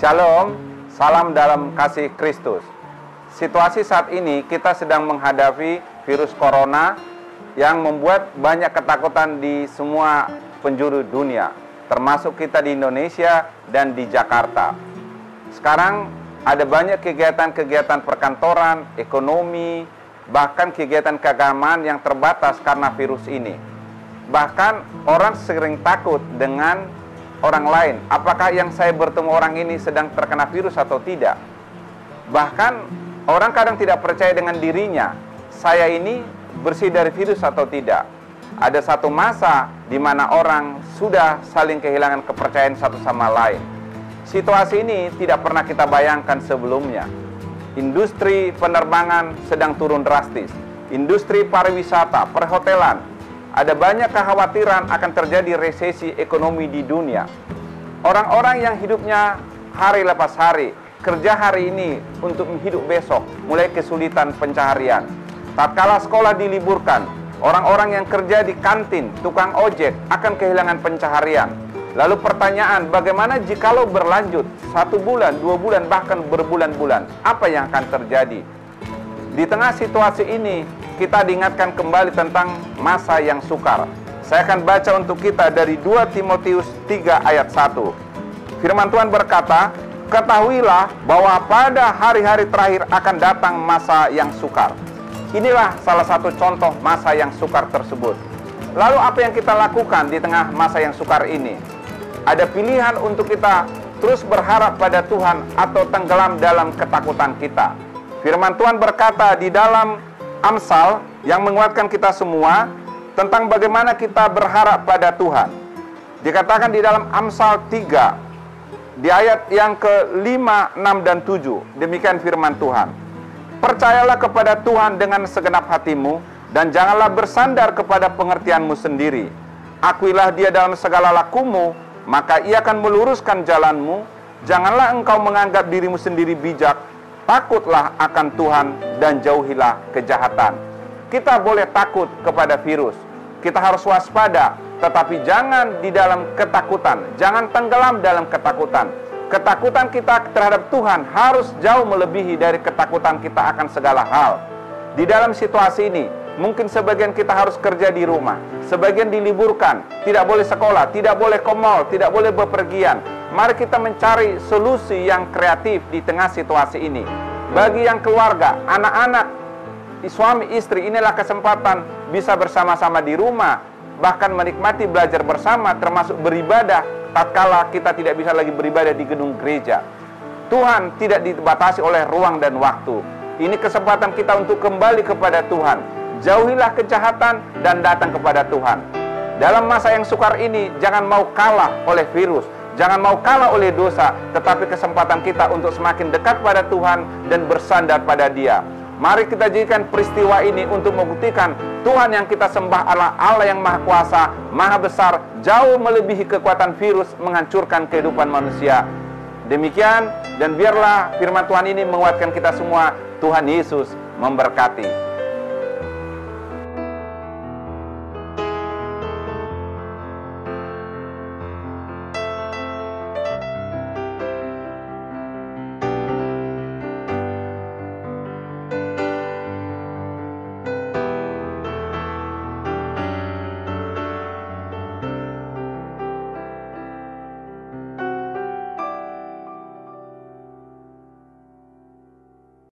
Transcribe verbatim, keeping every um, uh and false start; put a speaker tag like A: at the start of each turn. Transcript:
A: Shalom, salam dalam kasih Kristus. Situasi saat ini kita sedang menghadapi virus corona yang membuat banyak ketakutan di semua penjuru dunia, termasuk kita di Indonesia dan di Jakarta. Sekarang ada banyak kegiatan-kegiatan perkantoran, ekonomi, bahkan kegiatan keagamaan yang terbatas karena virus ini. Bahkan orang sering takut dengan orang lain, apakah yang saya bertemu orang ini sedang terkena virus atau tidak. Bahkan orang kadang tidak percaya dengan dirinya, saya ini bersih dari virus atau tidak. Ada satu masa di mana orang sudah saling kehilangan kepercayaan satu sama lain. Situasi ini tidak pernah kita bayangkan sebelumnya. Industri penerbangan sedang turun drastis, industri pariwisata, perhotelan. Ada banyak kekhawatiran akan terjadi resesi ekonomi di dunia. Orang-orang yang hidupnya hari lepas hari, kerja hari ini untuk hidup besok, mulai kesulitan pencaharian. Tatkala sekolah diliburkan, orang-orang yang kerja di kantin, tukang ojek akan kehilangan pencaharian. Lalu pertanyaan, bagaimana jikalau berlanjut satu bulan, dua bulan, bahkan berbulan-bulan? Apa yang akan terjadi? Di tengah situasi ini, kita diingatkan kembali tentang masa yang sukar. Saya akan baca untuk kita dari dua Timotius tiga ayat satu. Firman Tuhan berkata, ketahuilah bahwa pada hari-hari terakhir akan datang masa yang sukar. Inilah salah satu contoh masa yang sukar tersebut. Lalu apa yang kita lakukan di tengah masa yang sukar ini? Ada pilihan untuk kita terus berharap pada Tuhan atau tenggelam dalam ketakutan kita. Firman Tuhan berkata di dalam Amsal yang menguatkan kita semua tentang bagaimana kita berharap pada Tuhan. Dikatakan di dalam Amsal tiga, di ayat yang ke lima, enam, dan tujuh, demikian firman Tuhan. Percayalah kepada Tuhan dengan segenap hatimu, dan janganlah bersandar kepada pengertianmu sendiri. Akuilah dia dalam segala lakumu, maka ia akan meluruskan jalanmu. Janganlah engkau menganggap dirimu sendiri bijak, takutlah akan Tuhan dan jauhilah kejahatan. Kita boleh takut kepada virus, kita harus waspada, tetapi jangan di dalam ketakutan, jangan tenggelam dalam ketakutan. Ketakutan kita terhadap Tuhan harus jauh melebihi dari ketakutan kita akan segala hal. Di dalam situasi ini, mungkin sebagian kita harus kerja di rumah, sebagian diliburkan, tidak boleh sekolah, tidak boleh ke mall, tidak boleh bepergian. Mari kita mencari solusi yang kreatif di tengah situasi ini. Bagi yang keluarga, anak-anak, suami istri, inilah kesempatan bisa bersama-sama di rumah, bahkan menikmati belajar bersama, termasuk beribadah tatkala kita tidak bisa lagi beribadah di gedung gereja. Tuhan tidak dibatasi oleh ruang dan waktu. Ini kesempatan kita untuk kembali kepada Tuhan. Jauhilah kejahatan dan datang kepada Tuhan. Dalam masa yang sukar ini, jangan mau kalah oleh virus, jangan mau kalah oleh dosa, tetapi kesempatan kita untuk semakin dekat pada Tuhan dan bersandar pada Dia. Mari kita jadikan peristiwa ini untuk membuktikan Tuhan yang kita sembah adalah Allah yang Maha Kuasa, Maha Besar, jauh melebihi kekuatan virus menghancurkan kehidupan manusia. Demikian, dan biarlah firman Tuhan ini menguatkan kita semua. Tuhan Yesus memberkati.